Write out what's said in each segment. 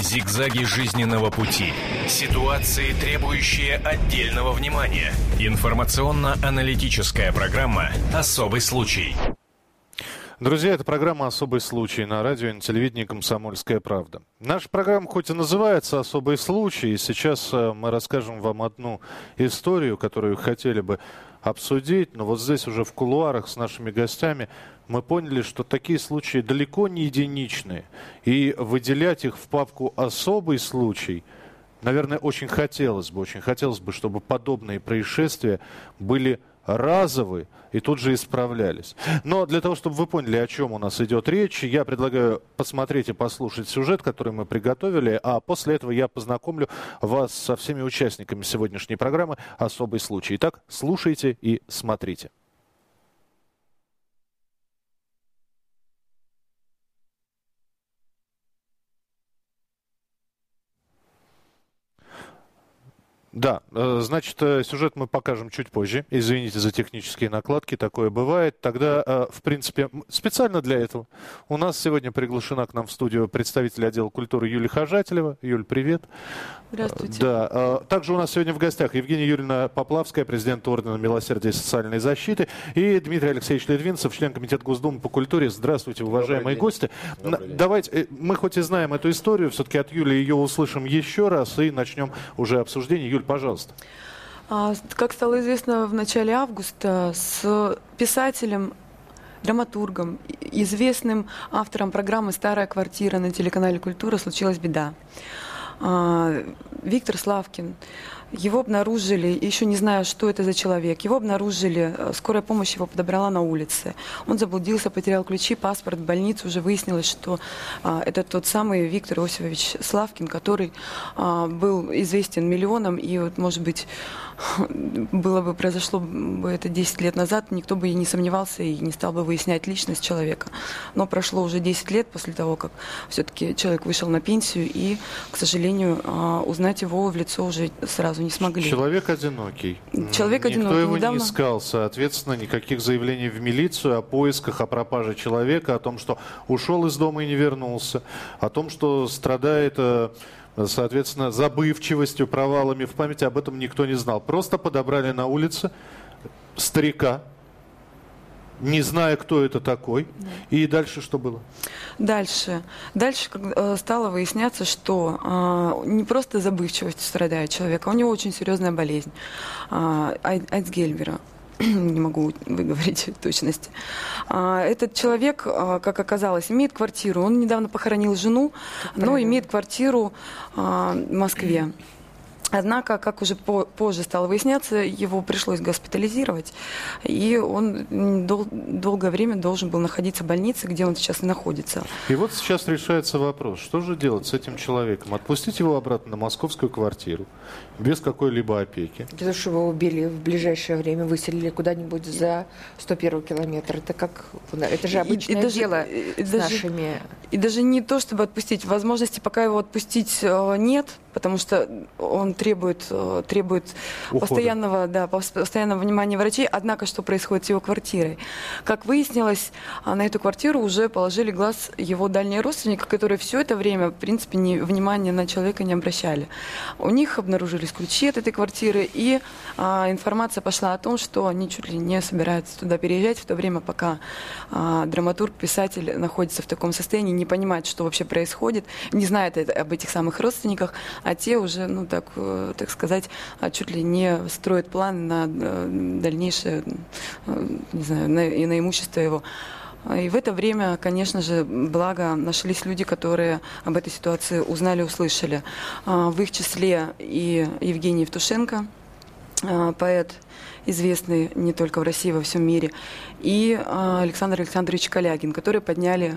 Зигзаги жизненного пути. Ситуации, требующие отдельного внимания. Информационно-аналитическая программа «Особый случай». Друзья, это программа «Особый случай» на радио и на телевидении «Комсомольская правда». Наша программа хоть и называется «Особый случай», и сейчас мы расскажем вам одну историю, которую хотели бы обсудить, но вот здесь уже в кулуарах с нашими гостями мы поняли, что такие случаи далеко не единичные, и выделять их в папку «Особый случай», наверное, очень хотелось бы, чтобы подобные происшествия были разовые и тут же исправлялись. Но для того, чтобы вы поняли, о чем у нас идет речь, я предлагаю посмотреть и послушать сюжет, который мы приготовили, а после этого я познакомлю вас со всеми участниками сегодняшней программы «Особый случай». Итак, слушайте и смотрите. Да, значит, сюжет мы покажем чуть позже. Извините за технические накладки, такое бывает. Тогда, в принципе, специально для этого у нас сегодня приглашена к нам в студию представитель отдела культуры Юлия Хожателева. Юль, привет. Здравствуйте. Да, также у нас сегодня в гостях Евгения Юрьевна Поплавская, президент Ордена Милосердия и социальной защиты, и Дмитрий Алексеевич Литвинцев, член Комитета Госдумы по культуре. Здравствуйте, уважаемые гости. Давайте, мы хоть и знаем эту историю, все-таки от Юли ее услышим еще раз и начнем уже обсуждение. Юль, пожалуйста. Как стало известно в начале августа, с писателем, драматургом, известным автором программы «Старая квартира» на телеканале «Культура» случилась беда. Виктор Славкин. Его обнаружили, еще не знаю, что это за человек, его обнаружили, скорая помощь его подобрала на улице. Он заблудился, потерял ключи, паспорт, в больнице уже выяснилось, что это тот самый Виктор Иосифович Славкин, который был известен миллионам, и вот, может быть, произошло бы это 10 лет назад, никто бы и не сомневался и не стал бы выяснять личность человека. Но прошло уже 10 лет после того, как все-таки человек вышел на пенсию, и, к сожалению, узнать его в лицо уже сразу не смогли. Человек одинокий. Человек одинокий. Никто его недавно не искал, соответственно, никаких заявлений в милицию о поисках, о пропаже человека, о том, что ушел из дома и не вернулся, о том, что страдает, соответственно, забывчивостью, провалами в памяти, об этом никто не знал. Просто подобрали на улице старика, не зная, кто это такой. Да. И дальше что было? Дальше стало выясняться, что не просто забывчивостью страдает человек, а у него очень серьезная болезнь Альцгеймера. Не могу выговорить в точности. Этот человек, как оказалось, имеет квартиру. Он недавно похоронил жену, но имеет квартиру в Москве. Однако, как уже позже стало выясняться, его пришлось госпитализировать, и он долгое время должен был находиться в больнице, где он сейчас и находится. И вот сейчас решается вопрос, что же делать с этим человеком? Отпустить его обратно на московскую квартиру, без какой-либо опеки? Для того, чтобы его убили в ближайшее время, выселили куда-нибудь за 101 километр. Это же обычное дело с нашими... И даже не то, чтобы отпустить. Возможности пока его отпустить нет, потому что он требует постоянного внимания врачей. Однако, что происходит с его квартирой? Как выяснилось, на эту квартиру уже положили глаз его дальние родственники, которые все это время, в принципе, внимания на человека не обращали. У них обнаружились ключи от этой квартиры, и информация пошла о том, что они чуть ли не собираются туда переезжать, в то время, пока драматург, писатель находится в таком состоянии, не понимает, что вообще происходит, не знает об этих самых родственниках, а те уже, так сказать, чуть ли не строят план на дальнейшее, не знаю, на имущество его. И в это время, конечно же, благо нашлись люди, которые об этой ситуации узнали, услышали. В их числе и Евгений Евтушенко, поэт, известный не только в России, во всем мире, и Александр Александрович Калягин, которые подняли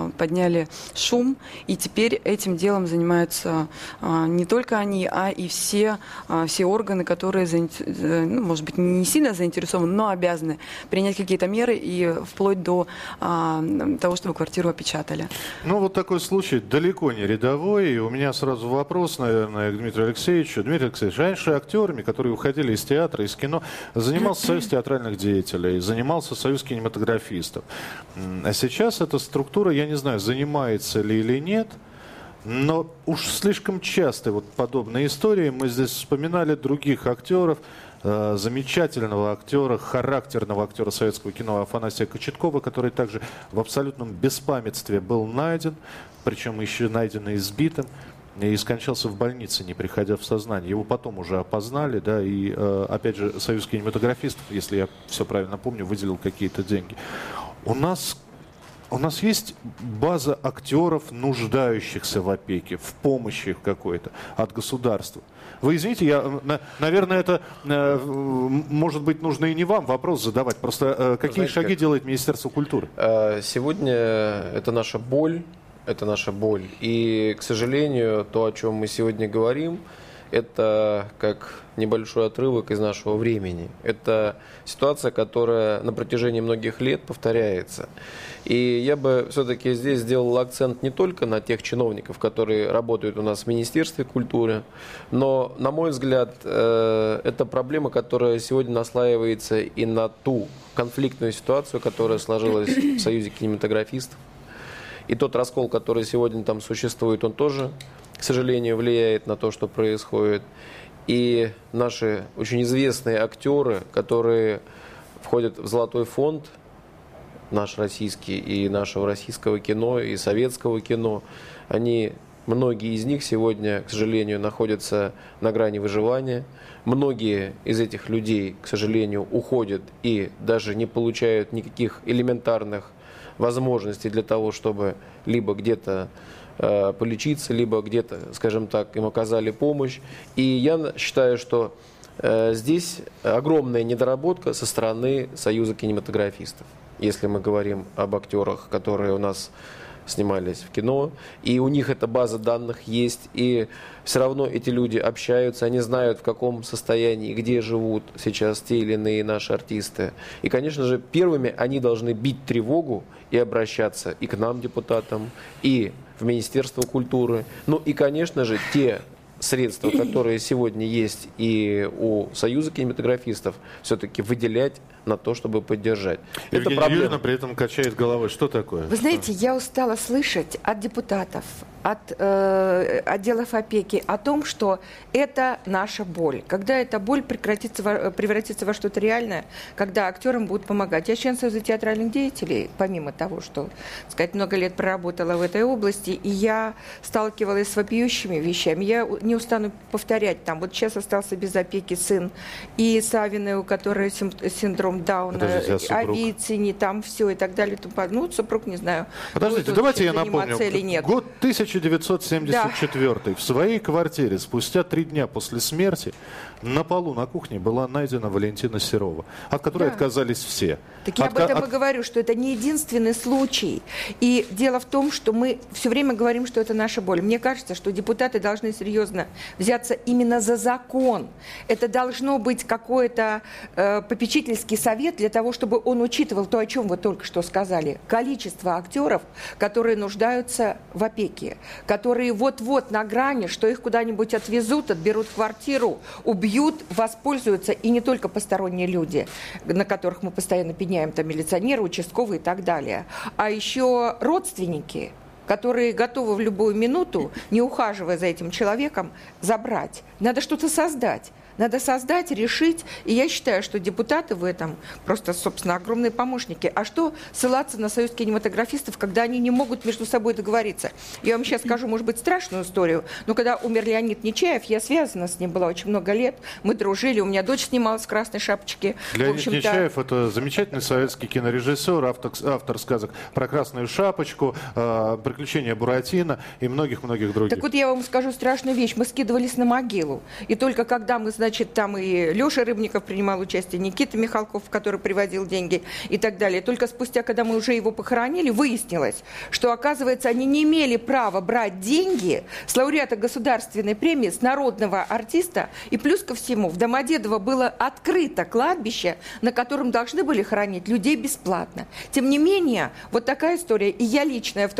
шум, и теперь этим делом занимаются не только они, а и все органы, которые, может быть, не сильно заинтересованы, но обязаны принять какие-то меры и вплоть до того, чтобы квартиру опечатали. Вот такой случай далеко не рядовой, и у меня сразу вопрос, наверное, к Дмитрию Алексеевичу. Дмитрий Алексеевич, раньше актерами, которые уходили из театра, из кино, занимался Союз театральных деятелей, занимался Союз кинематографистов. А сейчас эта структура, я не знаю, занимается ли или нет, Но уж слишком часто вот подобные истории. Мы здесь вспоминали других актеров, замечательного актера, характерного актера советского кино Афанасия Кочеткова, который также в абсолютном беспамятстве был найден, причем еще найден и избитым, и скончался в больнице, не приходя в сознание. Его потом уже опознали, да, и опять же Союз кинематографистов, если я все правильно помню, выделил какие-то деньги. У нас есть база актеров, нуждающихся в опеке, в помощи какой-то от государства. Вы извините, наверное, это, может быть, нужно и не вам вопрос задавать. Просто какие шаги делает Министерство культуры? Сегодня это наша боль. Это наша боль. И, к сожалению, то, о чем мы сегодня говорим, это как небольшой отрывок из нашего времени. Это ситуация, которая на протяжении многих лет повторяется. И я бы все-таки здесь сделал акцент не только на тех чиновников, которые работают у нас в Министерстве культуры, но, на мой взгляд, это проблема, которая сегодня наслаивается и на ту конфликтную ситуацию, которая сложилась в Союзе кинематографистов. И тот раскол, который сегодня там существует, он тоже, к сожалению, влияет на то, что происходит. И наши очень известные актеры, которые входят в золотой фонд, наш российский, и нашего российского кино, и советского кино, многие из них сегодня, к сожалению, находятся на грани выживания. Многие из этих людей, к сожалению, уходят и даже не получают никаких элементарных возможностей для того, чтобы либо где-то полечиться, либо где-то, скажем так, им оказали помощь. И я считаю, что здесь огромная недоработка со стороны Союза кинематографистов. Если мы говорим об актерах, которые у нас снимались в кино, и у них эта база данных есть, и все равно эти люди общаются, они знают, в каком состоянии, где живут сейчас те или иные наши артисты. И, конечно же, первыми они должны бить тревогу и обращаться и к нам, депутатам, и в Министерство культуры. Ну и, конечно же, те средства, которые сегодня есть и у Союза кинематографистов, все-таки выделять на то, чтобы поддержать. Евгения Юрьевна при этом качает головой. Что такое? Вы знаете, я устала слышать от депутатов, от отделов опеки о том, что это наша боль. Когда эта боль превратится во что-то реальное, когда актерам будут помогать. Я член Союза театральных деятелей, помимо того, что, так сказать, много лет проработала в этой области, и я сталкивалась с вопиющими вещами. Я не устану повторять. Там вот сейчас остался без опеки сын и Савиной, у которой синдром Дауна, Авиценне, там все и так далее. Ну, супруг, не знаю. Подождите, давайте я напомню. Год 1974. Да. В своей квартире спустя 3 дня после смерти на полу на кухне была найдена Валентина Серова, от которой отказались все. Так я об этом и говорю, что это не единственный случай. И дело в том, что мы все время говорим, что это наша боль. Мне кажется, что депутаты должны серьезно взяться именно за закон. Это должно быть какой-то попечительский совет для того, чтобы он учитывал то, о чем вы только что сказали. Количество актеров, которые нуждаются в опеке, которые вот-вот на грани, что их куда-нибудь отвезут, отберут квартиру, убьют, воспользуются, и не только посторонние люди, на которых мы постоянно пеняем, там милиционеры, участковые и так далее, а еще родственники, которые готовы в любую минуту, не ухаживая за этим человеком, забрать. Надо что-то создать. Надо создать, решить. И я считаю, что депутаты в этом просто, собственно, огромные помощники. А что ссылаться на Союз кинематографистов, когда они не могут между собой договориться? Я вам сейчас скажу, может быть, страшную историю, но когда умер Леонид Нечаев, я связана с ним была очень много лет, мы дружили, у меня дочь снималась в «Красной шапочке». Леонид Нечаев – это замечательный советский кинорежиссер, автор сказок про «Красную шапочку», «Приключения Буратино» и многих-многих других. Так вот я вам скажу страшную вещь. Мы скидывались на могилу. И только когда мы, значит, там и Леша Рыбников принимал участие, Никита Михалков, который приводил деньги и так далее. Только спустя, когда мы уже его похоронили, выяснилось, что, оказывается, они не имели права брать деньги с лауреата государственной премии, с народного артиста. И плюс ко всему, в Домодедово было открыто кладбище, на котором должны были хоронить людей бесплатно. Тем не менее, вот такая история. И я лично, я в то время была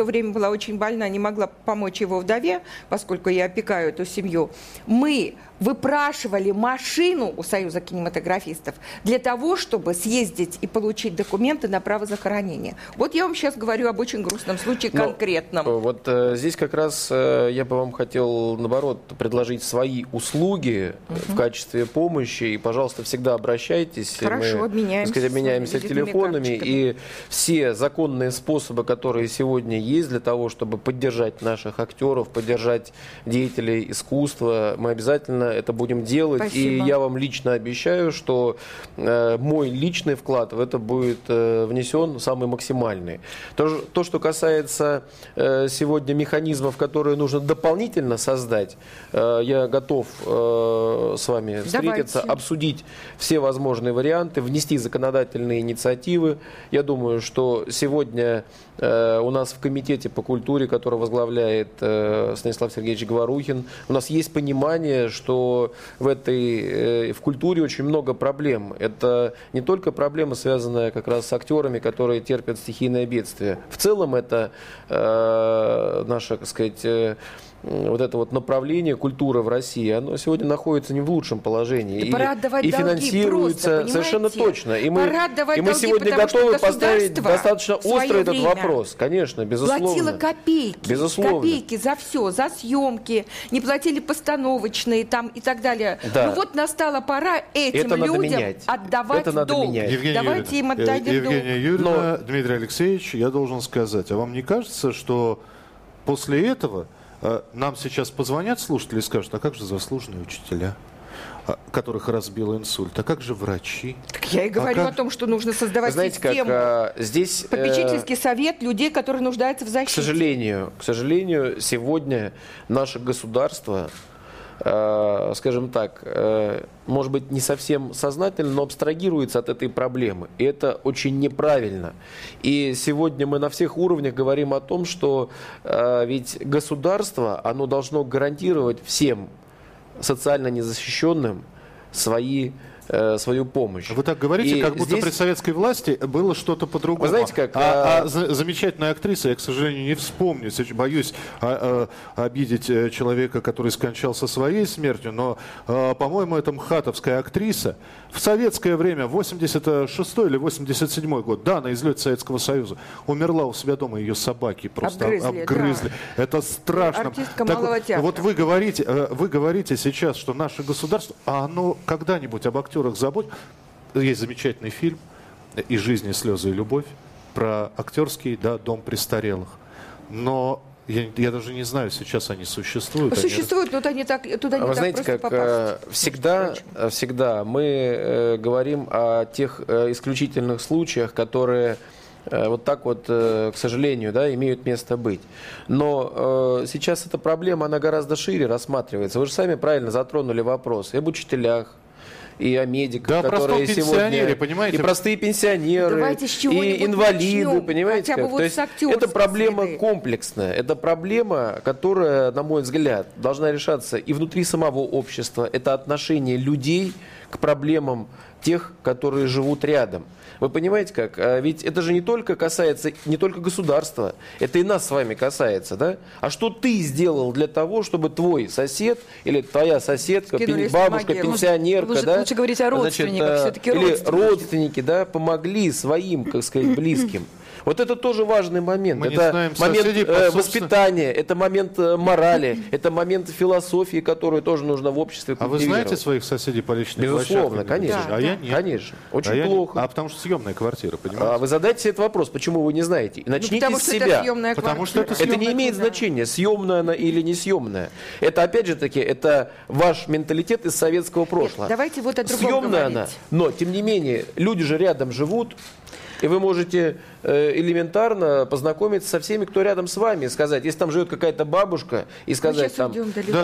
очень больна, не могла помочь его вдове, поскольку я опекаю эту семью, мы выпрашивали машину у Союза кинематографистов для того, чтобы съездить и получить документы на право захоронения. Вот я вам сейчас говорю об очень грустном случае конкретном. Вот здесь как раз я бы вам хотел, наоборот, предложить свои услуги в качестве помощи. И, пожалуйста, всегда обращайтесь. Хорошо, мы, обменяемся телефонами. И все законные способы, которые сегодня есть для того, чтобы поддержать наших актеров, поддержать деятелей искусства, мы обязательно это будем делать. Спасибо. И я вам лично обещаю, что мой личный вклад в это будет внесен самый максимальный. То, что касается сегодня механизмов, которые нужно дополнительно создать, я готов с вами встретиться, обсудить все возможные варианты, внести законодательные инициативы. Я думаю, что сегодня у нас в Комитете по культуре, который возглавляет Станислав Сергеевич Говорухин, у нас есть понимание, что в культуре очень много проблем. Это не только проблема, связанная как раз с актерами, которые терпят стихийное бедствие. В целом это наше, так сказать, вот это вот направление культуры в России, оно сегодня находится не в лучшем положении. И финансируется совершенно точно. И мы сегодня готовы поставить достаточно острый этот вопрос. Конечно, безусловно. Платила копейки. Безусловно. Копейки за все, за съемки, не платили постановочные там и так далее. Да. Ну вот настала пора этим людям отдавать долг. Давайте им отдадим долг. Евгения Юрьевна, Дмитрий Алексеевич, я должен сказать, а вам не кажется, что после этого нам сейчас позвонят слушатели и скажут, а как же заслуженные учителя, которых разбил инсульт, а как же врачи? Так я и говорю о том, что нужно создавать систему. Здесь попечительский совет людей, которые нуждаются в защите. К сожалению, сегодня наше государство, скажем так, может быть, не совсем сознательно, но абстрагируется от этой проблемы. И это очень неправильно. И сегодня мы на всех уровнях говорим о том, что ведь государство, оно должно гарантировать всем социально незащищенным свою помощь. Вы так говорите, и как будто здесь... при советской власти было что-то по-другому. Вы знаете, как... замечательная актриса, я, к сожалению, не вспомню, боюсь обидеть человека, который скончался своей смертью, но, по-моему, это мхатовская актриса. В советское время, 86-й или 87-й год, да, на излете Советского Союза, умерла у себя дома, ее собаки просто обгрызли. Да. Это страшно. Артистка малого театра. Вот вы говорите сейчас, что наше государство, а оно когда-нибудь об актерах заботится. Есть замечательный фильм «И жизнь, и слезы, и любовь» про актерский, да, дом престарелых. Но я даже не знаю, сейчас они существуют. Существуют, но туда не так Вы знаете, как всегда мы говорим о тех исключительных случаях, которые вот так вот, к сожалению, да, имеют место быть. Но сейчас эта проблема, она гораздо шире рассматривается. Вы же сами правильно затронули вопрос и об учителях, и о медиках, да, которые сегодня... Понимаете? И простые пенсионеры, и инвалиды, начнем. понимаете? Как? Вот то есть это проблема комплексная. Это проблема, которая, на мой взгляд, должна решаться и внутри самого общества. Это отношение людей к проблемам тех, которые живут рядом. Вы понимаете как? Ведь это же не только касается, не только государства, это и нас с вами касается, да? А что ты сделал для того, чтобы твой сосед или твоя соседка, бабушка, пенсионерка, да? Лучше говорить о родственниках, все-таки или родственники, да, помогли своим, как сказать, близким. Вот это тоже важный момент. Это момент воспитания, это момент морали, это момент философии, которую тоже нужно в обществе культивировать. А вы знаете своих соседей по личной площадке? Безусловно, конечно. А я нет. Конечно. Очень плохо. Потому что съемная квартира, понимаете? Вы задайте себе этот вопрос, почему вы не знаете. И начните с себя. Потому что это не имеет значения, съемная она или не съемная. Это, опять же таки, это ваш менталитет из советского прошлого. Давайте вот о другом съемная говорить. она, но, тем не менее, люди же рядом живут. И вы можете элементарно познакомиться со всеми, кто рядом с вами, и сказать, если там живет какая-то бабушка, и сказать там,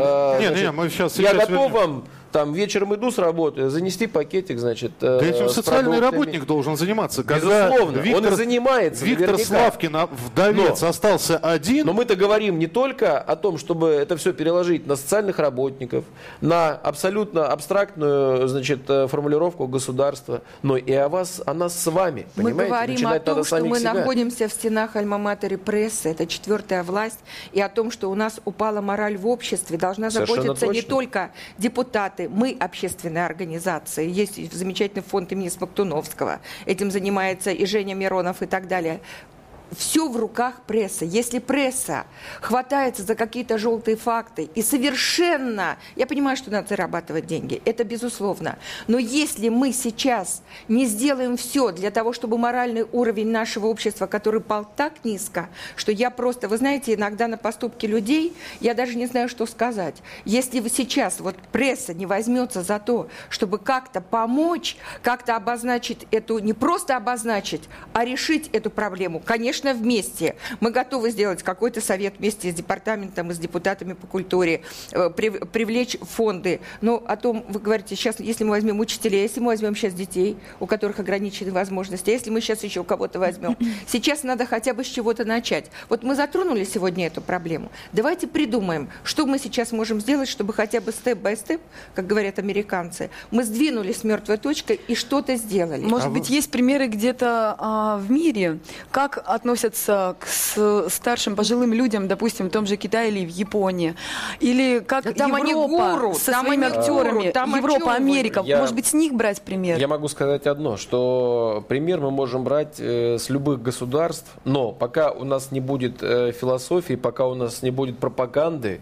я готов вам, там, вечером иду с работы, занести пакетик, значит, да этим социальный работник должен заниматься. Безусловно, он и занимается. Виктор Славкин, вдовец, остался один. Но мы-то говорим не только о том, чтобы это все переложить на социальных работников, на абсолютно абстрактную, значит, формулировку государства, но и о вас, о нас с вами. Мы понимаете? говорим Начинать о том, что мы себя. находимся в стенах альма-матери прессы, это 4-я власть, и о том, что у нас упала мораль в обществе, должна заботиться не только депутаты, мы общественная организация, есть замечательный фонд имени Смоктуновского, этим занимается и Женя Миронов и так далее. Все в руках прессы. Если пресса хватается за какие-то желтые факты и совершенно... Я понимаю, что надо зарабатывать деньги, это безусловно. Но если мы сейчас не сделаем все для того, чтобы моральный уровень нашего общества, который пал так низко, что я просто... Вы знаете, иногда на поступки людей я даже не знаю, что сказать. Если вы сейчас, вот пресса не возьмется за то, чтобы как-то помочь, как-то обозначить эту... Не просто обозначить, а решить эту проблему, конечно, вместе. Мы готовы сделать какой-то совет вместе с департаментом и с депутатами по культуре, привлечь фонды. Но о том, вы говорите, сейчас, если мы возьмем учителей, если мы возьмем сейчас детей, у которых ограничены возможности, если мы сейчас еще кого-то возьмем, сейчас надо хотя бы с чего-то начать. Вот мы затронули сегодня эту проблему. Давайте придумаем, что мы сейчас можем сделать, чтобы хотя бы степ-бай-степ, как говорят американцы, мы сдвинулись с мертвой точкой и что-то сделали. Может быть, есть примеры где-то в мире, как относятся к старшим пожилым людям, допустим, в том же Китае или в Японии, или как Европа со своими актерами, Европа, Америка, может быть, с них брать пример? Я могу сказать одно, что пример мы можем брать с любых государств, но пока у нас не будет философии, пока у нас не будет пропаганды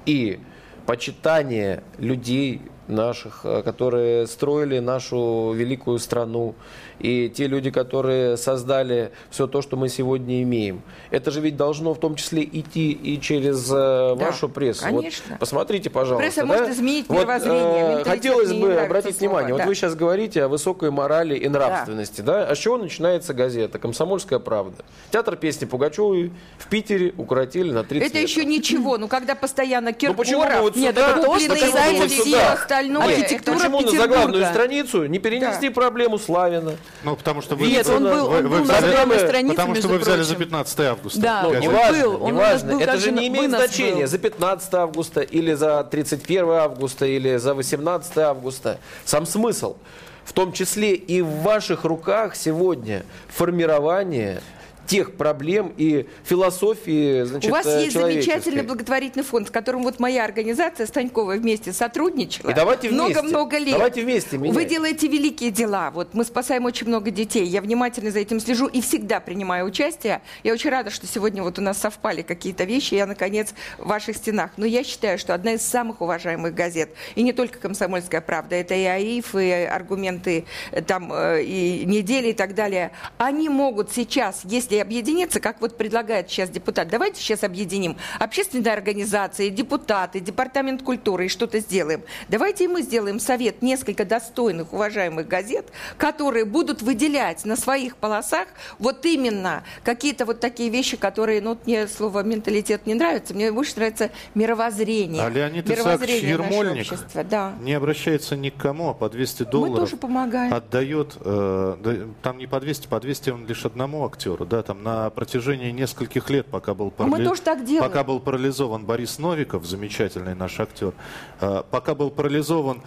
и почитания людей наших, которые строили нашу великую страну, и те люди, которые создали все то, что мы сегодня имеем. Это же ведь должно в том числе идти и через вашу прессу. Конечно. Вот посмотрите, пожалуйста. Пресса может изменить мировоззрение. Хотелось бы обратить внимание. Вот вы сейчас говорите о высокой морали и нравственности. Да? А с чего начинается газета «Комсомольская правда»? Театр песни Пугачевой в Питере укоротили на 30 лет. Это еще ничего. Ну, когда постоянно Киркоров... Нет, это тоже касается всех остальное. Почему на заглавную страницу не перенесли проблему Славина? Ну, потому что вы, Нет, он был на заглавной странице, потому что вы взяли за 15 августа. Да, ну, он неважно, был. неважно. Это же не имеет значения, за 15 августа или за 31 августа или за 18 августа. Сам смысл, в том числе и в ваших руках сегодня формирование тех проблем и философии, значит, у вас есть человеческой. замечательный благотворительный фонд, с которым вот моя организация Станькова вместе сотрудничала. И давайте вместе. Много-много лет. Давайте вместе менять. Вы делаете великие дела. Вот мы спасаем очень много детей. Я внимательно за этим слежу и всегда принимаю участие. Я очень рада, что сегодня вот у нас совпали какие-то вещи. Я, наконец, в ваших стенах. Но я считаю, что одна из самых уважаемых газет, и не только «Комсомольская правда», это и АИФ, и «Аргументы», там, и «Недели» и так далее. Они могут сейчас, если объединиться, как вот предлагает сейчас депутат. Давайте сейчас объединим общественные организации, депутаты, департамент культуры и что-то сделаем. Давайте и мы сделаем совет несколько достойных, уважаемых газет, которые будут выделять на своих полосах вот именно какие-то вот такие вещи, которые, ну, мне слово «менталитет» не нравится, мне больше нравится мировоззрение. А Леонид Исаакович Ермольник не обращается ни к кому, а по $200 мы тоже помогаем. Отдает, там не по 200, по 200 он лишь одному актеру, да, там на протяжении нескольких лет, пока был парализован Борис Новиков, замечательный наш актер, пока был парализован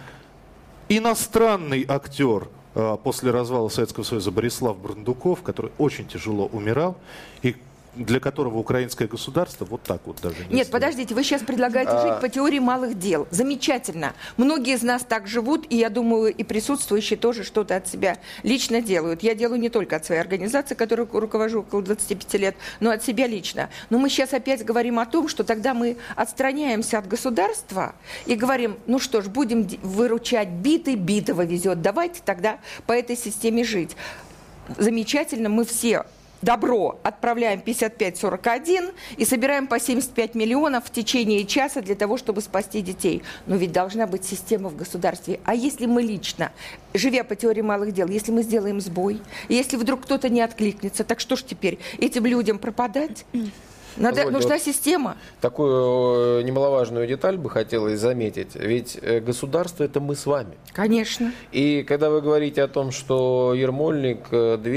иностранный актер после развала Советского Союза Борислав Брундуков, который очень тяжело умирал, и для которого украинское государство вот так вот даже не Нет, подождите, вы сейчас предлагаете жить по теории малых дел. Замечательно. Многие из нас так живут, и я думаю, и присутствующие тоже что-то от себя лично делают. Я делаю не только от своей организации, которой руковожу около 25 лет, но от себя лично. Но мы сейчас опять говорим о том, что тогда мы отстраняемся от государства и говорим, ну что ж, будем выручать битого везет, давайте тогда по этой системе жить. Замечательно, мы все добро отправляем 55-41 и собираем по 75 миллионов в течение часа для того, чтобы спасти детей. Но ведь должна быть система в государстве. А если мы лично, живя по теории малых дел, если мы сделаем сбой, если вдруг кто-то не откликнется, так что ж теперь, этим людям пропадать? Нужна система. Такую немаловажную деталь бы хотелось заметить. Ведь государство – это мы с вами. Конечно. И когда вы говорите о том, что Ермольник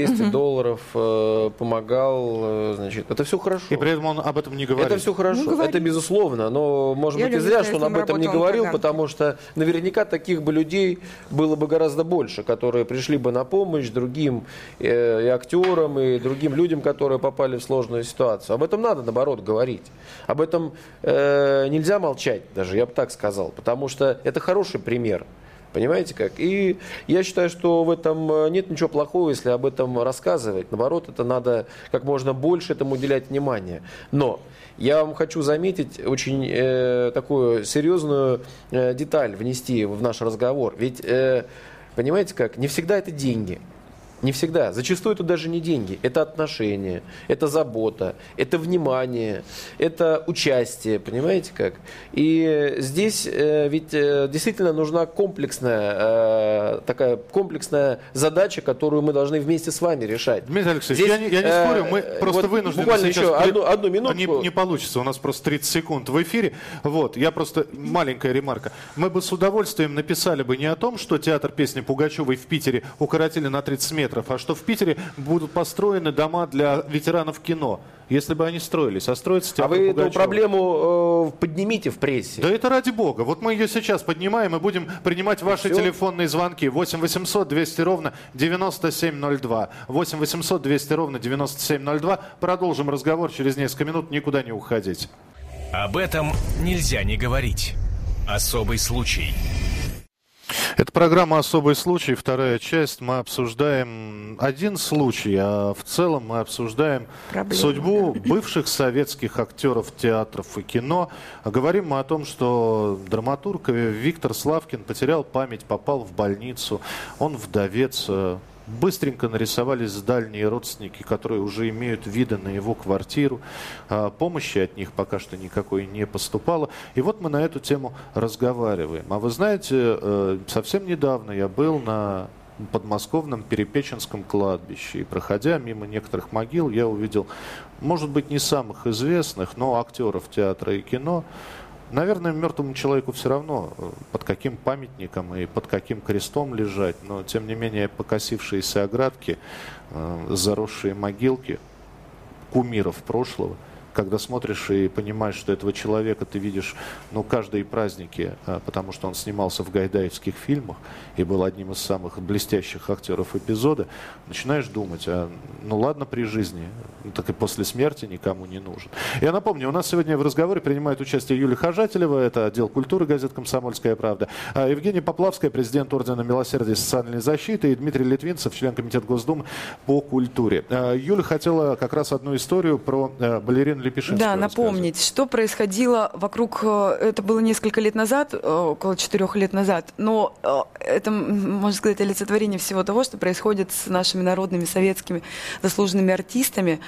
$200 помогал, значит, это все хорошо. И при этом он об этом не говорит. Это все хорошо, это безусловно. Но, может быть, и зря, что он об этом не говорил, потому что наверняка таких бы людей было бы гораздо больше, которые пришли бы на помощь другим и актерам, и другим людям, которые попали в сложную ситуацию. Об этом надо, наоборот, говорить. Об этом нельзя молчать даже, я бы так сказал, потому что это хороший пример. Понимаете как? И я считаю, что в этом нет ничего плохого, если об этом рассказывать. Наоборот, это надо как можно больше этому уделять внимание. Но я вам хочу заметить очень такую серьезную деталь внести в наш разговор. Ведь, понимаете как, не всегда это деньги. Не всегда. Зачастую это даже не деньги. Это отношения, это забота, это внимание, это участие. Понимаете как? И здесь ведь действительно нужна комплексная задача, которую мы должны вместе с вами решать. Дмитрий Алексеевич, здесь, я не спорю, мы просто вынуждены буквально сейчас... еще одну минутку. Не получится, у нас просто 30 секунд в эфире. Вот, я просто... Маленькая ремарка. Мы бы с удовольствием написали бы не о том, что театр песни Пугачевой в Питере укоротили на 30 метров, а что в Питере будут построены дома для ветеранов кино. Если бы они строились, а строится театр Пугачевой. Пугачева. Эту проблему поднимите в прессе. Да это ради бога. Вот мы ее сейчас поднимаем и будем принимать ваши телефонные звонки. 8 800 200 ровно 9702. 8 800 200 ровно 9702. Продолжим разговор через несколько минут. Никуда не уходить. Об этом нельзя не говорить. Особый случай. Это программа «Особый случай», вторая часть. Мы обсуждаем один случай, а в целом мы обсуждаем судьбу бывших советских актеров театров и кино. Говорим мы о том, что драматург Виктор Славкин потерял память, попал в больницу. Он вдовец. Быстренько нарисовались дальние родственники, которые уже имеют виды на его квартиру. Помощи от них пока что никакой не поступало. И вот мы на эту тему разговариваем. А вы знаете, совсем недавно я был на подмосковном Перепеченском кладбище. И проходя мимо некоторых могил, я увидел, может быть, не самых известных, но актеров театра и кино. Наверное, мертвому человеку все равно, под каким памятником и под каким крестом лежать, но, тем не менее, покосившиеся оградки, заросшие могилки кумиров прошлого, когда смотришь и понимаешь, что этого человека ты видишь, каждые праздники, потому что он снимался в гайдаевских фильмах и был одним из самых блестящих актеров эпизода, начинаешь думать, ладно при жизни, так и после смерти никому не нужен. Я напомню, у нас сегодня в разговоре принимает участие Юлия Хожателева, это отдел культуры газет «Комсомольская правда», Евгения Поплавская, президент Ордена Милосердия и социальной защиты, и Дмитрий Литвинцев, член комитета Госдумы по культуре. Юля хотела как раз одну историю про балерин Лепешинскую. Да, напомнить, что происходило вокруг, это было несколько лет назад, около 4 лет назад, но это, можно сказать, олицетворение всего того, что происходит с нашими народными советскими заслуженными артистами,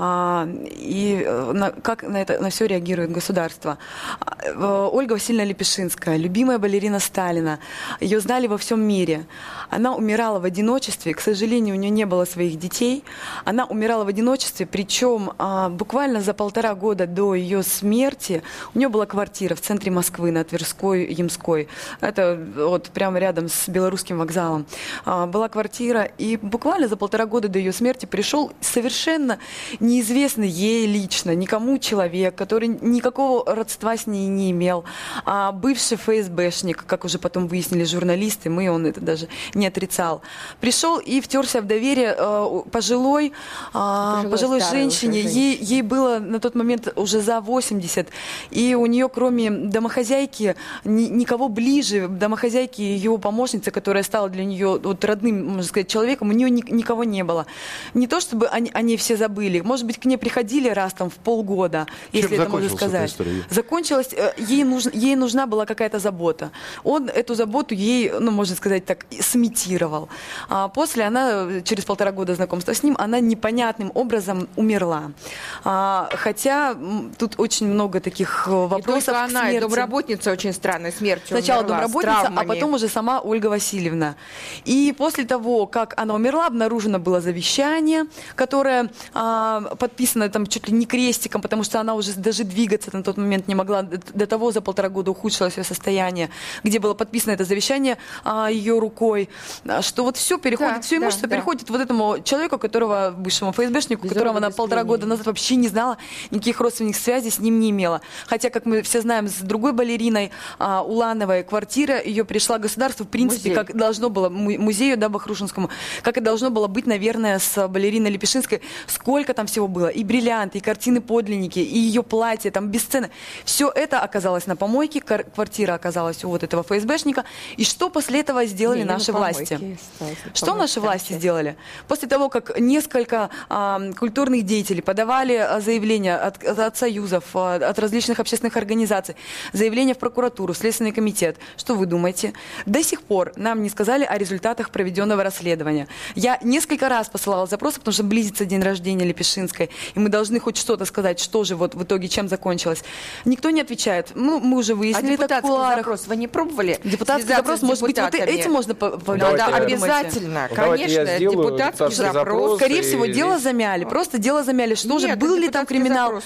и как на все реагирует государство. Ольга Васильевна Лепешинская, любимая балерина Сталина, ее знали во всем мире. Она умирала в одиночестве, к сожалению, у нее не было своих детей, она умирала в одиночестве, причем буквально за 1,5 года до ее смерти у нее была квартира в центре Москвы на Тверской, Ямской. Это вот прямо рядом с Белорусским вокзалом. Была квартира, и буквально за 1,5 года до ее смерти пришел совершенно неизвестный ей лично, никому человек, который никакого родства с ней не имел, бывший ФСБшник, как уже потом выяснили журналисты, он это даже не отрицал. Пришел и втерся в доверие пожилой женщине. Ей было на тот момент уже за 80, и у нее, кроме домохозяйки, никого ближе, домохозяйки, ее помощницы, которая стала для нее родным, можно сказать, человеком, у нее никого не было. Не то, чтобы они все забыли, может быть, к ней приходили раз в полгода, если это можно сказать. Закончилось, ей нужна была какая-то забота. Он эту заботу ей, можно сказать так, сымитировал. А после она, через 1,5 года знакомства с ним, она непонятным образом умерла. Хотя тут очень много таких вопросов она, к смерти. и домработница очень странной смертью Сначала умерла, домработница, а потом уже сама Ольга Васильевна. И после того, как она умерла, обнаружено было завещание, которое подписано там чуть ли не крестиком, потому что она уже даже двигаться на тот момент не могла. До того за 1,5 года ухудшилось ее состояние, где было подписано это завещание ее рукой, что вот все переходит, все имущество переходит вот этому человеку, которого, бывшему ФСБшнику, которого она 1,5 года назад вообще не знала, никаких родственных связей с ним не имела. Хотя, как мы все знаем, с другой балериной Улановой квартира ее пришла государству, в принципе, как должно было, музею, да, Бахрушинскому, как и должно было быть, наверное, с балериной Лепешинской. Сколько там всего было? И бриллианты, и картины-подлинники, и ее платье, там бесценно. Все это оказалось на помойке, квартира оказалась у вот этого ФСБшника. И что после этого сделали наши власти? Что наши власти сделали? После того, как несколько культурных деятелей подавали заявления от союзов, от различных общественных организаций, заявления в прокуратуру, в Следственный комитет, что вы думаете? До сих пор нам не сказали о результатах проведенного расследования. Я несколько раз посылала запросы, потому что близится день рождения Лепешинской, и мы должны хоть что-то сказать, что же вот в итоге, чем закончилось. Никто не отвечает. Ну, мы уже выяснили это в кулуарах. Запрос вы не пробовали? Депутатский запрос, может быть, вот этим можно повлиять. Да, обязательно. Конечно, депутатский запрос. Скорее всего, дело замяли. Просто дело замяли. Что же, был ли там криминал?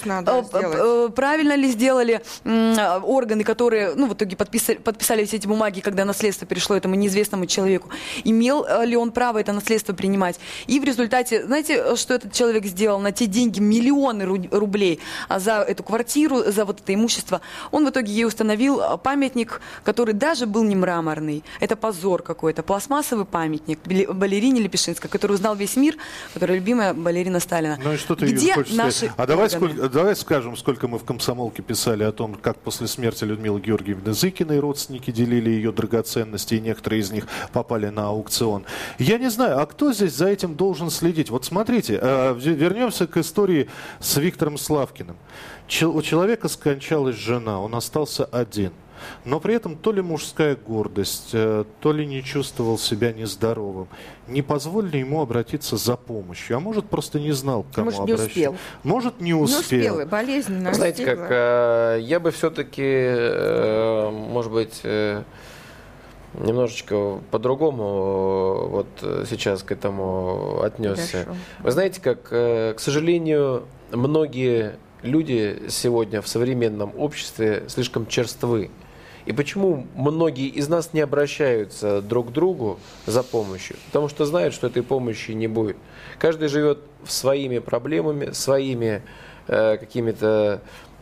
Правильно ли сделали органы, которые, ну, в итоге подписали все эти бумаги, когда наследство перешло этому неизвестному человеку? Имел ли он право это наследство принимать? И в результате, знаете, что этот человек сделал на те деньги, миллионы рублей за эту квартиру, за вот это имущество? Он в итоге ей установил памятник, который даже был не мраморный. Это позор какой-то. Пластмассовый памятник балерине Лепешинской, который узнал весь мир, которая любимая балерина Сталина. Ну и что ты, где хочешь наши сказать? Давай скажем, сколько мы в «Комсомолке» писали о том, как после смерти Людмилы Георгиевны Зыкиной родственники делили ее драгоценности, и некоторые из них попали на аукцион. Я не знаю, а кто здесь за этим должен следить? Вот смотрите, вернемся к истории с Виктором Славкиным. У человека скончалась жена, он остался один. Но при этом то ли мужская гордость, то ли не чувствовал себя нездоровым. Не позволили ему обратиться за помощью. А может, просто не знал, к кому обращаться. Может, не успел. Может, не успел. Не успел, болезнь настигла. Знаете, как я бы все-таки, может быть, немножечко по-другому вот сейчас к этому отнесся. Хорошо. Вы знаете, как, к сожалению, многие люди сегодня в современном обществе слишком черствы. И почему многие из нас не обращаются друг к другу за помощью? Потому что знают, что этой помощи не будет. Каждый живет своими проблемами, своими какими-то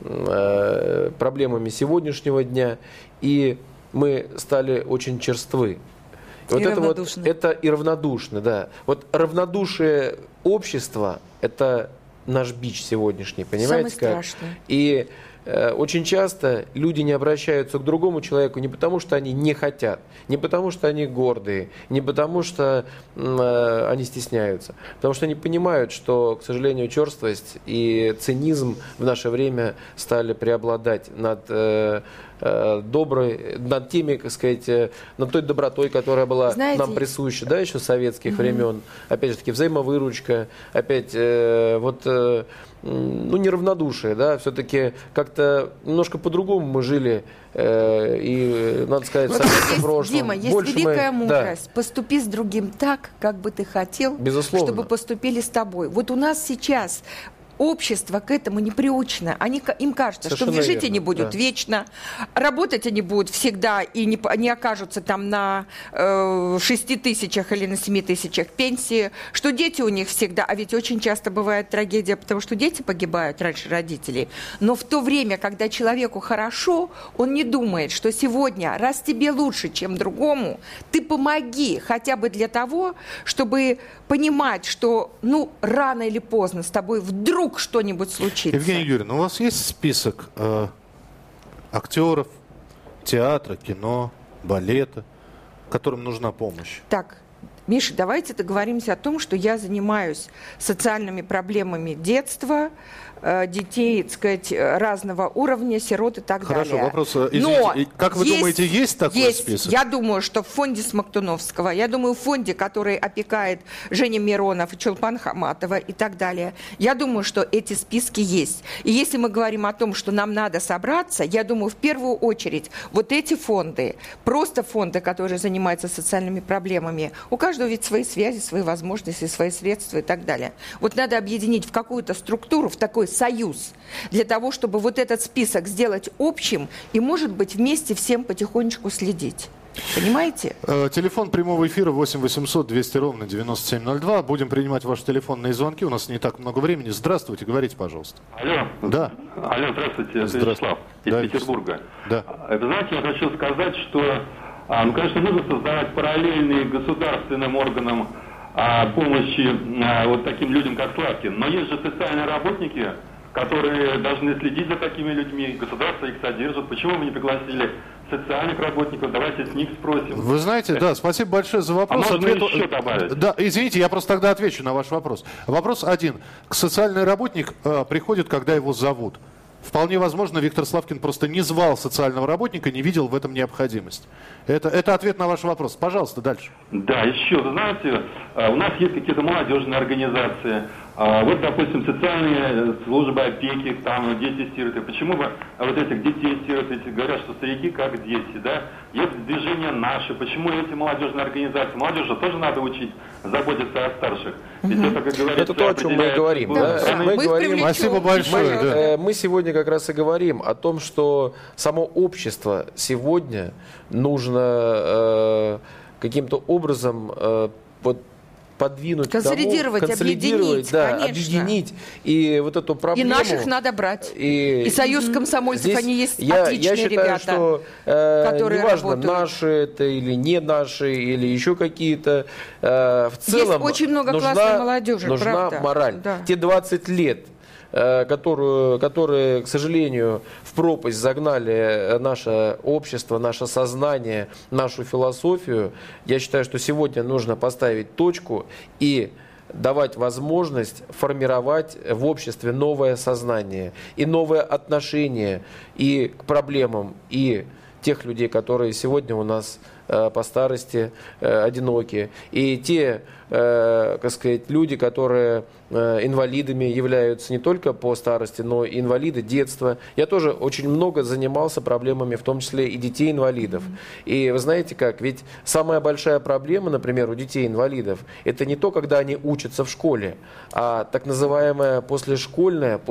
проблемами сегодняшнего дня. И мы стали очень черствы. И вот равнодушны. Это и равнодушны, да. Вот равнодушие общества – это наш бич сегодняшний, понимаете? Самое страшное. И очень часто люди не обращаются к другому человеку не потому, что они не хотят, не потому, что они гордые, не потому, что они стесняются, потому что они понимают, что, к сожалению, черствость и цинизм в наше время стали преобладать над над теми, так сказать, над той добротой, которая была, знаете, нам присуща, да, еще с советских времен. Опять же таки, взаимовыручка, опять неравнодушие, да, все-таки как-то немножко по-другому мы жили, и, надо сказать, в советском прошлом. Дима, есть великая мудрость. Да. Поступи с другим так, как бы ты хотел, безусловно, чтобы поступили с тобой. Вот у нас сейчас общество к этому не приучено. Им кажется, совершенно что жить они будут вечно, работать они будут всегда и не окажутся там на 6 тысячах или на 7 тысячах пенсии, что дети у них всегда, а ведь очень часто бывает трагедия, потому что дети погибают раньше родителей. Но в то время, когда человеку хорошо, он не думает, что сегодня, раз тебе лучше, чем другому, ты помоги хотя бы для того, чтобы понимать, что рано или поздно с тобой вдруг что-нибудь случится. Евгения Юрьевна, у вас есть список актеров театра, кино, балета, которым нужна помощь? Так, Миша, давайте договоримся о том, что я занимаюсь социальными проблемами детства, детей, так сказать, разного уровня, сирот и так далее. Хорошо, вопрос, извините, как вы думаете, есть такой список? Я думаю, что в фонде Смоктуновского, я думаю, в фонде, который опекает Женя Миронов, Чулпан Хаматова и так далее, я думаю, что эти списки есть. И если мы говорим о том, что нам надо собраться, я думаю, в первую очередь, вот эти фонды, просто фонды, которые занимаются социальными проблемами, у каждого ведь свои связи, свои возможности, свои средства и так далее. Вот надо объединить в какую-то структуру, в такой союз, для того, чтобы вот этот список сделать общим и, может быть, вместе всем потихонечку следить. Понимаете? Телефон прямого эфира 8 800 200 ровно 9702. Будем принимать ваши телефонные звонки. У нас не так много времени. Здравствуйте, говорите, пожалуйста. Алло. Да. Алло, здравствуйте. Это Вячеслав из Петербурга. Да. Вы знаете, я хочу сказать, что, конечно, нужно создавать параллельные государственным органам помощи вот таким людям, как Славкин. Но есть же социальные работники, которые должны следить за такими людьми. Государство их содержит. Почему мы не пригласили социальных работников? Давайте с них спросим. Вы знаете, да, спасибо большое за вопрос. А можно еще добавить? Да, извините, я просто тогда отвечу на ваш вопрос. Вопрос один. Социальный работник приходит, когда его зовут. Вполне возможно, Виктор Славкин просто не звал социального работника, не видел в этом необходимость. Это ответ на ваш вопрос. Пожалуйста, дальше. Да, еще, вы знаете, у нас есть какие-то молодежные организации. Вот, допустим, социальные службы опеки, там дети-сироты. Почему бы вот этих детей-сирот, говорят, что старики как дети, да? Есть движение «Наши». Почему эти молодежные организации? Молодежи тоже надо учить заботиться о старших. Ведь это, как говорится, это то, о чем мы и говорим. Да? Мы говорим, спасибо большое. Мы сегодня как раз и говорим о том, что само общество сегодня нужно каким-то образом подвинуть консолидировать, объединить, да, конечно. Объединить. И вот эту проблему... И наших надо брать. И союз комсомольцев, они есть отличные я считаю, ребята, что, которые неважно, работают. наши это или не наши, или еще какие-то, в целом есть очень много классной молодежи, нужна правда. мораль. Да. Те 20 лет, которые, к сожалению, в пропасть загнали наше общество, наше сознание, нашу философию, я считаю, что сегодня нужно поставить точку и давать возможность формировать в обществе новое сознание и новое отношение и к проблемам, и тех людей, которые сегодня у нас по старости одиноки, и те, как сказать, люди, которые инвалидами являются не только по старости, но и инвалиды детства. Я тоже очень много занимался проблемами, в том числе и детей-инвалидов. И вы знаете как, ведь самая большая проблема, например, у детей-инвалидов, это не то, когда они учатся в школе, а так называемая послешкольная,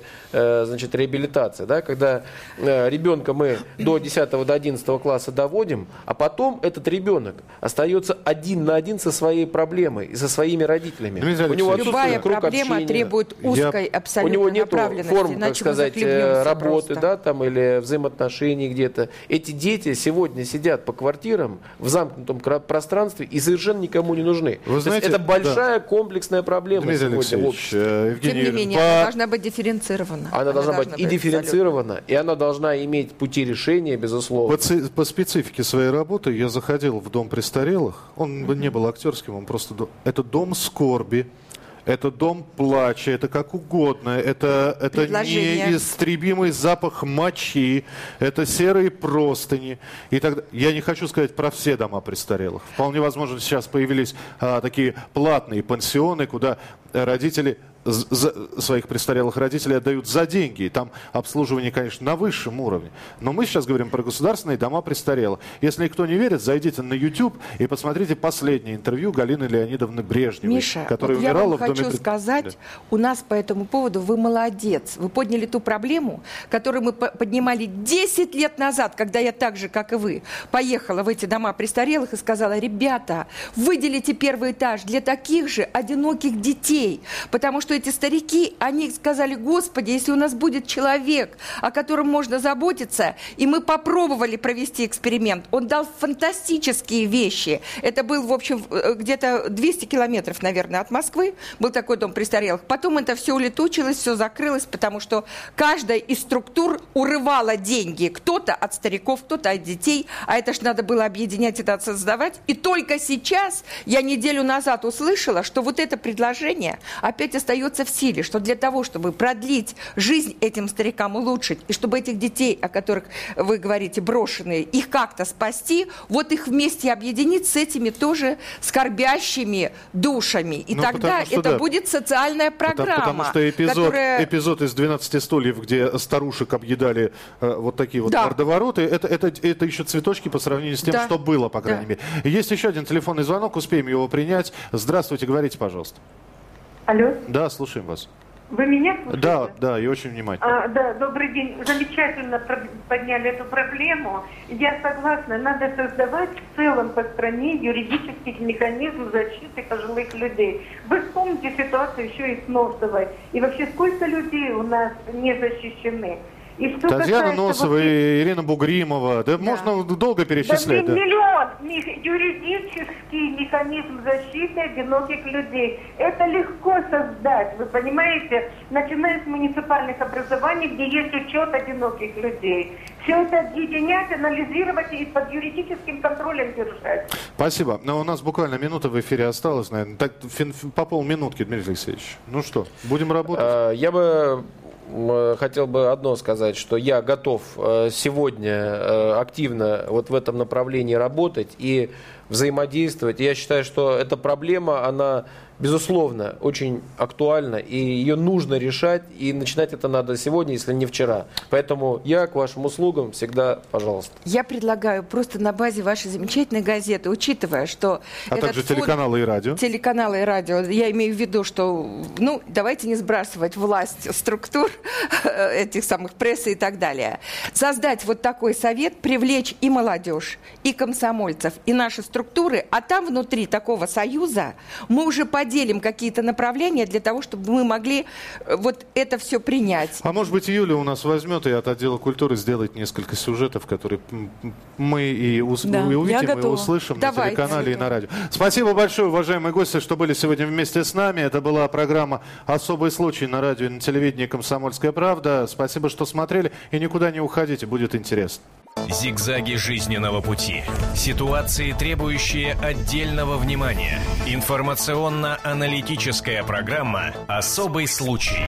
значит, реабилитация, да, когда ребенка мы до 10 до 11 класса доводим, а потом этот ребенок остается один на один со своей проблемой и со своими родителями. У него любая проблема общения. требует узкой абсолютно У него нет направленности, форм, так иначе мы сказать, захлебнемся работы, просто. да, там, или взаимоотношений где-то. Эти дети сегодня сидят по квартирам в замкнутом пространстве и совершенно никому не нужны. Вы знаете, это большая комплексная проблема Дмитрий сегодня в Алексеевич, обществе. Тем не менее, она должна быть дифференцирована. Она должна быть и дифференцирована, и она должна иметь пути решения, безусловно. По специфике своей работы я заходил в дом престарелых. Он не был актерским, он просто... Это дом скорби, это дом плача, это как угодно. Это неистребимый запах мочи, это серые простыни. И так, я не хочу сказать про все дома престарелых. Вполне возможно, сейчас появились такие платные пансионы, куда родители... своих престарелых родителей отдают за деньги. И там обслуживание, конечно, на высшем уровне. Но мы сейчас говорим про государственные дома престарелых. Если никто не верит, зайдите на YouTube и посмотрите последнее интервью Галины Леонидовны Брежневой, Миша, которая вот я умирала вам в доме... хочу сказать, у нас по этому поводу вы молодец. Вы подняли ту проблему, которую мы поднимали 10 лет назад, когда я так же, как и вы, поехала в эти дома престарелых и сказала: ребята, выделите первый этаж для таких же одиноких детей, потому что эти старики, они сказали: Господи, если у нас будет человек, о котором можно заботиться, и мы попробовали провести эксперимент. Он дал фантастические вещи. Это был, в общем, где-то 200 километров, наверное, от Москвы. Был такой дом престарелых. Потом это все улетучилось, все закрылось, потому что каждая из структур урывала деньги. Кто-то от стариков, кто-то от детей. А это ж надо было объединять, это создавать. И только сейчас, я неделю назад услышала, что вот это предложение опять остается в силе, что для того, чтобы продлить жизнь этим старикам, улучшить, и чтобы этих детей, о которых вы говорите, брошенные, их как-то спасти, вот их вместе объединить с этими тоже скорбящими душами. И тогда это будет социальная программа. Потому что эпизод из «12 стульев», где старушек объедали вот такие вот мордовороты, это еще цветочки по сравнению с тем, что было, по крайней мере. Есть еще один телефонный звонок, успеем его принять. Здравствуйте, говорите, пожалуйста. Алло? Да, слушаем вас. Вы меня слушаете? Да, и очень внимательно. Да, добрый день. Замечательно подняли эту проблему. Я согласна, надо создавать в целом по стране юридический механизм защиты пожилых людей. Вы вспомните ситуацию еще и с Носовой. И вообще, сколько людей у нас не защищены? Татьяна Носова и Ирина Бугримова. Да, можно долго перечислять. Да, миллион юридический механизм защиты одиноких людей. Это легко создать, вы понимаете, начиная с муниципальных образований, где есть учет одиноких людей. Все это объединять, анализировать и под юридическим контролем держать. Спасибо. Но у нас буквально минута в эфире осталась, наверное. Так, по полминутки, Дмитрий Алексеевич. Ну что, будем работать? Я бы хотел бы одно сказать, что я готов сегодня активно вот в этом направлении работать и взаимодействовать. Я считаю, что эта проблема, она, безусловно, очень актуальна, и ее нужно решать, и начинать это надо сегодня, если не вчера. Поэтому я к вашим услугам всегда, пожалуйста. Я предлагаю просто на базе вашей замечательной газеты, учитывая, что... также телеканалы и радио. Телеканалы и радио. Я имею в виду, что, давайте не сбрасывать власть структур этих самых прессы и так далее. Создать вот такой совет, привлечь и молодежь, и комсомольцев, и наши структуры, а там внутри такого союза мы уже поделим какие-то направления для того, чтобы мы могли вот это все принять. А может быть, Юля у нас возьмет и от отдела культуры сделает несколько сюжетов, которые мы и увидим, и услышим на телеканале и на радио. Спасибо большое, уважаемые гости, что были сегодня вместе с нами. Это была программа «Особый случай» на радио и на телевидении «Комсомольская правда». Спасибо, что смотрели, и никуда не уходите, будет интересно. Зигзаги жизненного пути. Ситуации, требующие отдельного внимания. Информационно-аналитическая программа «Особый случай».